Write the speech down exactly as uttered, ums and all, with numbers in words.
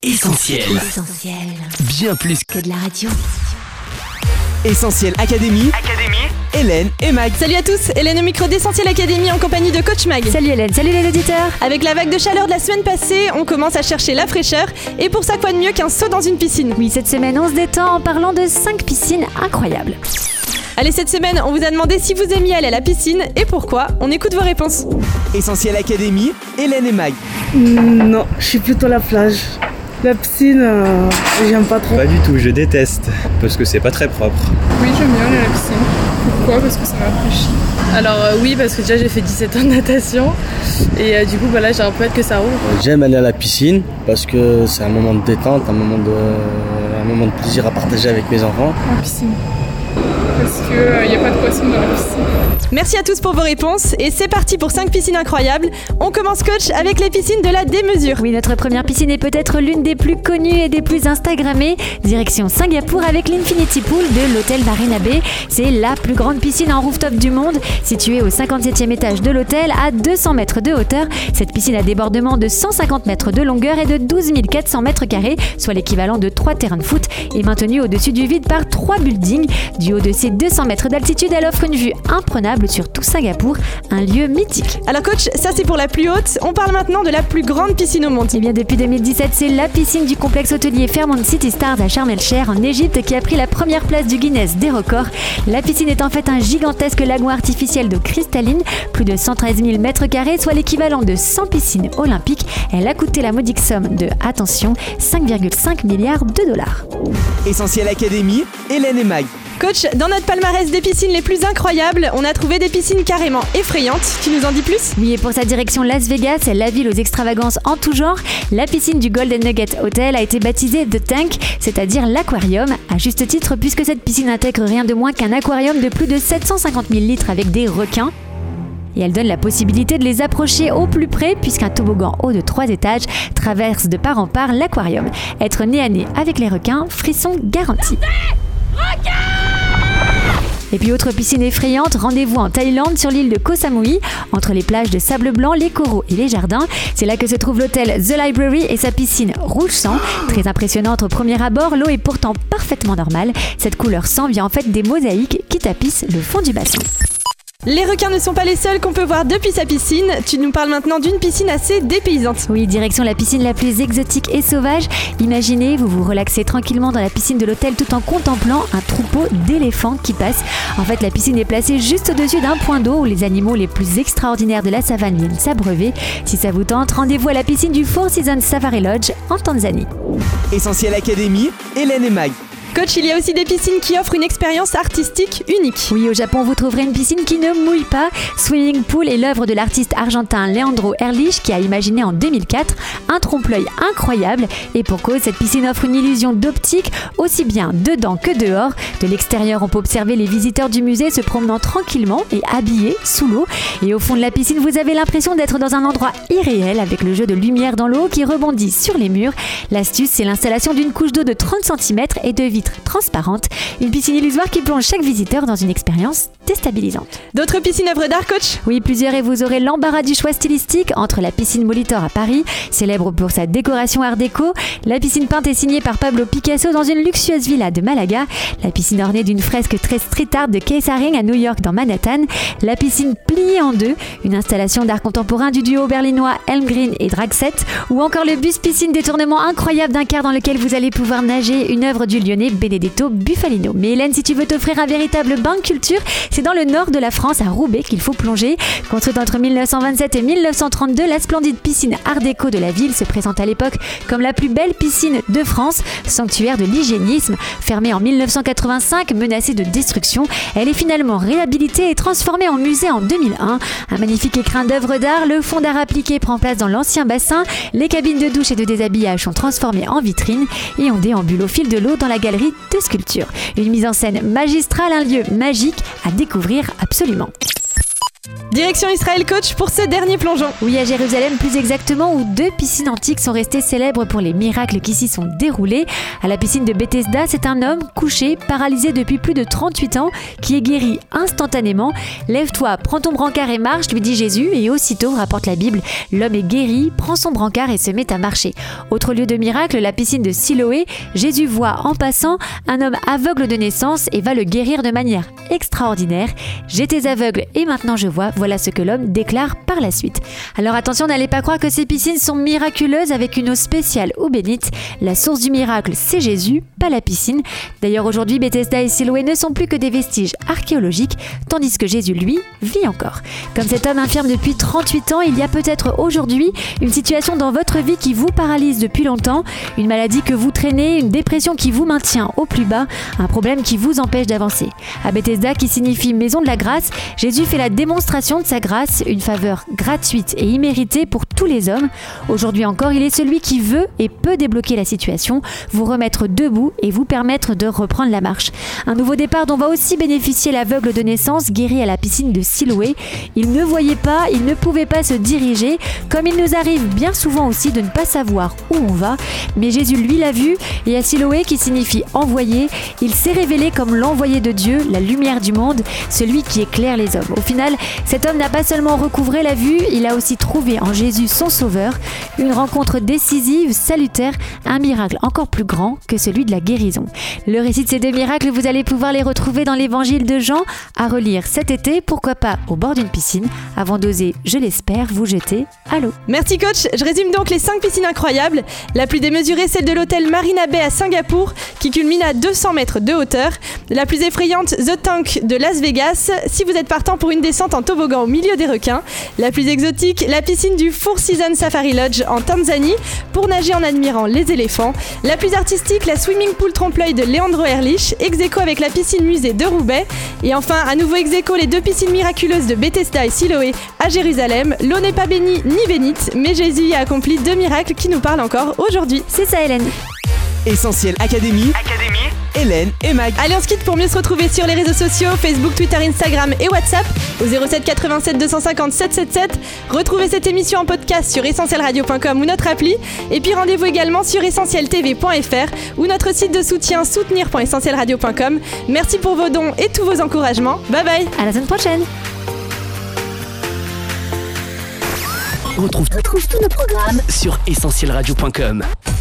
Essentiel. Essentiel. Bien plus que de la radio. Essentiel Académie. Académie. Hélène et Mag. Salut à tous, Hélène au micro d'Essentiel Académie en compagnie de Coach Mag. Salut Hélène, salut les auditeurs. Avec la vague de chaleur de la semaine passée, on commence à chercher la fraîcheur. Et pour ça, quoi de mieux qu'un saut dans une piscine? Oui, cette semaine, on se détend en parlant de cinq piscines incroyables. Allez, cette semaine, on vous a demandé si vous aimiez aller à la piscine et pourquoi. On écoute vos réponses. Essentiel Académie, Hélène et Mag. Mmh, non, je suis plutôt la plage. La piscine, euh, j'aime pas trop. Pas du tout, je déteste, parce que c'est pas très propre. Oui, j'aime bien aller à la piscine. Pourquoi ? Parce que ça m'affraîchit. Alors euh, oui, parce que déjà j'ai fait dix-sept ans de natation et euh, du coup bah, là j'ai un peu hâte que ça rouvre. J'aime aller à la piscine parce que c'est un moment de détente, un moment de, un moment de plaisir à partager avec mes enfants. En piscine. Parce qu'il n'y euh, a pas de poissons dans la piscine. Merci à tous pour vos réponses et c'est parti pour cinq piscines incroyables. On commence coach avec les piscines de la démesure. Oui, notre première piscine est peut-être l'une des plus connues et des plus instagrammées. Direction Singapour avec l'Infinity Pool de l'hôtel Marina Bay. C'est la plus grande piscine en rooftop du monde, située au cinquante-septième étage de l'hôtel à deux cents mètres de hauteur. Cette piscine à débordement de cent cinquante mètres de longueur et de douze mille quatre cents mètres carrés, soit l'équivalent de trois terrains de foot, est maintenue au-dessus du vide par trois buildings. Du haut de ces deux cents mètres d'altitude, elle offre une vue imprenable sur tout Singapour, un lieu mythique. Alors coach, ça c'est pour la plus haute. On parle maintenant de la plus grande piscine au monde. Et bien depuis deux mille dix-sept, c'est la piscine du complexe hôtelier Fairmont City Stars à Sharm el-Sheikh en Égypte qui a pris la première place du Guinness des records. La piscine est en fait un gigantesque lagon artificiel d'eau cristalline, plus de cent treize mille mètres carrés, soit l'équivalent de cent piscines olympiques. Elle a coûté la modique somme de, attention, cinq virgule cinq milliards de dollars. Essentiel Académie, Hélène et Mag. Coach, dans notre palmarès des piscines les plus incroyables, on a trouvé des piscines carrément effrayantes. Tu nous en dis plus ? Oui, et pour sa direction Las Vegas, la ville aux extravagances en tout genre, la piscine du Golden Nugget Hotel a été baptisée The Tank, c'est-à-dire l'aquarium, à juste titre puisque cette piscine intègre rien de moins qu'un aquarium de plus de sept cent cinquante mille litres avec des requins. Et elle donne la possibilité de les approcher au plus près puisqu'un toboggan haut de trois étages traverse de part en part l'aquarium. Être nez à nez avec les requins, frisson garanti. Et puis autre piscine effrayante, rendez-vous en Thaïlande sur l'île de Koh Samui, entre les plages de sable blanc, les coraux et les jardins. C'est là que se trouve l'hôtel The Library et sa piscine rouge sang. Très impressionnante au premier abord, l'eau est pourtant parfaitement normale. Cette couleur sang vient en fait des mosaïques qui tapissent le fond du bassin. Les requins ne sont pas les seuls qu'on peut voir depuis sa piscine. Tu nous parles maintenant d'une piscine assez dépaysante. Oui, direction la piscine la plus exotique et sauvage. Imaginez, vous vous relaxez tranquillement dans la piscine de l'hôtel tout en contemplant un troupeau d'éléphants qui passe. En fait, la piscine est placée juste au-dessus d'un point d'eau où les animaux les plus extraordinaires de la savane viennent s'abreuver. Si ça vous tente, rendez-vous à la piscine du Four Seasons Safari Lodge en Tanzanie. Essentiel Académie, Hélène et Mag. Coach, il y a aussi des piscines qui offrent une expérience artistique unique. Oui, au Japon, vous trouverez une piscine qui ne mouille pas. Swimming Pool est l'œuvre de l'artiste argentin Leandro Erlich qui a imaginé en deux mille quatre un trompe-l'œil incroyable. Et pour cause, cette piscine offre une illusion d'optique aussi bien dedans que dehors. De l'extérieur, on peut observer les visiteurs du musée se promenant tranquillement et habillés sous l'eau. Et au fond de la piscine, vous avez l'impression d'être dans un endroit irréel avec le jeu de lumière dans l'eau qui rebondit sur les murs. L'astuce, c'est l'installation d'une couche d'eau de trente centimètres et de vitres transparente, une piscine illusoire qui plonge chaque visiteur dans une expérience déstabilisante. D'autres piscines œuvres d'art, coach ? Oui, plusieurs, et vous aurez l'embarras du choix stylistique entre la piscine Molitor à Paris, célèbre pour sa décoration art déco, la piscine peinte est signée par Pablo Picasso dans une luxueuse villa de Malaga, la piscine ornée d'une fresque très street art de Keith Haring à New York dans Manhattan, la piscine pliée en deux, une installation d'art contemporain du duo berlinois Elmgreen et Dragset, ou encore le bus piscine détournement incroyable d'un quart dans lequel vous allez pouvoir nager, une œuvre du Lyonnais Benedetto Buffalino. Mais Hélène, si tu veux t'offrir un véritable bain de culture, c'est dans le nord de la France, à Roubaix, qu'il faut plonger. Construite entre mille neuf cent vingt-sept et mille neuf cent trente-deux, la splendide piscine art déco de la ville se présente à l'époque comme la plus belle piscine de France, sanctuaire de l'hygiénisme. Fermée en mille neuf cent quatre-vingt-cinq, menacée de destruction, elle est finalement réhabilitée et transformée en musée en deux mille un. Un magnifique écrin d'œuvres d'art, le fond d'art appliqué prend place dans l'ancien bassin, les cabines de douche et de déshabillage sont transformées en vitrines et on déambule au fil de l'eau dans la galerie de sculpture. Une mise en scène magistrale, un lieu magique à découvrir absolument. Direction Israël, coach, pour ce dernier plongeon. Oui, à Jérusalem plus exactement, où deux piscines antiques sont restées célèbres pour les miracles qui s'y sont déroulés. À la piscine de Bethesda, c'est un homme couché, paralysé depuis plus de trente-huit ans, qui est guéri instantanément. Lève-toi, prends ton brancard et marche, lui dit Jésus, et aussitôt, rapporte la Bible, l'homme est guéri, prend son brancard et se met à marcher. Autre lieu de miracle, la piscine de Siloé. Jésus voit en passant un homme aveugle de naissance et va le guérir de manière extraordinaire. J'étais aveugle et maintenant je vois, voilà ce que l'homme déclare par la suite. Alors attention, n'allez pas croire que ces piscines sont miraculeuses avec une eau spéciale ou bénite. La source du miracle, c'est Jésus, pas la piscine. D'ailleurs aujourd'hui, Bethesda et Siloé ne sont plus que des vestiges archéologiques, tandis que Jésus, lui, vit encore. Comme cet homme infirme depuis trente-huit ans, il y a peut-être aujourd'hui une situation dans votre vie qui vous paralyse depuis longtemps, une maladie que vous traînez, une dépression qui vous maintient au plus bas, un problème qui vous empêche d'avancer. À Bethesda, qui signifie maison de la grâce, Jésus fait la démonstration de sa grâce, une faveur gratuite et imméritée pour tous les hommes. Aujourd'hui encore, il est celui qui veut et peut débloquer la situation, vous remettre debout et vous permettre de reprendre la marche. Un nouveau départ dont va aussi bénéficier l'aveugle de naissance guéri à la piscine de Siloé. Il ne voyait pas, il ne pouvait pas se diriger, comme il nous arrive bien souvent aussi de ne pas savoir où on va. Mais Jésus, lui, l'a vu, et à Siloé, qui signifie envoyé, il s'est révélé comme l'envoyé de Dieu, la lumière du monde, celui qui éclaire les hommes. Au final, cet homme n'a pas seulement recouvré la vue, il a aussi trouvé en Jésus son sauveur. Une rencontre décisive, salutaire, un miracle encore plus grand que celui de la guérison. Le récit de ces deux miracles, vous allez pouvoir les retrouver dans l'évangile de Jean, à relire cet été, pourquoi pas au bord d'une piscine, avant d'oser, je l'espère, vous jeter à l'eau. Merci coach, je résume donc les cinq piscines incroyables. La plus démesurée, celle de l'hôtel Marina Bay à Singapour, qui culmine à deux cents mètres de hauteur. La plus effrayante, The Tank de Las Vegas, si vous êtes partant pour une descente en toboggan au milieu des requins. La plus exotique, la piscine du Four Seasons Safari Lodge en Tanzanie, pour nager en admirant les éléphants. La plus artistique, la swimming pool trompe-l'œil de Leandro Ehrlich, ex-aequo avec la piscine musée de Roubaix. Et enfin, à nouveau ex-aequo, les deux piscines miraculeuses de Bethesda et Siloé à Jérusalem. L'eau n'est pas bénie ni bénite, mais Jésus y a accompli deux miracles qui nous parlent encore aujourd'hui. C'est ça, Hélène. Essentiel Académie, Académie, Hélène et Mag. Allez, on se quitte pour mieux se retrouver sur les réseaux sociaux, Facebook, Twitter, Instagram et WhatsApp au zéro sept quatre-vingt-sept deux cent cinquante sept cent soixante-dix-sept. Retrouvez cette émission en podcast sur essentiel radio point com ou notre appli. Et puis rendez-vous également sur essentiel t v point f r ou notre site de soutien soutenir point essentiel radio point com. Merci pour vos dons et tous vos encouragements. Bye bye. À la semaine prochaine. On retrouve, retrouve tous nos programmes sur essentiel radio point com.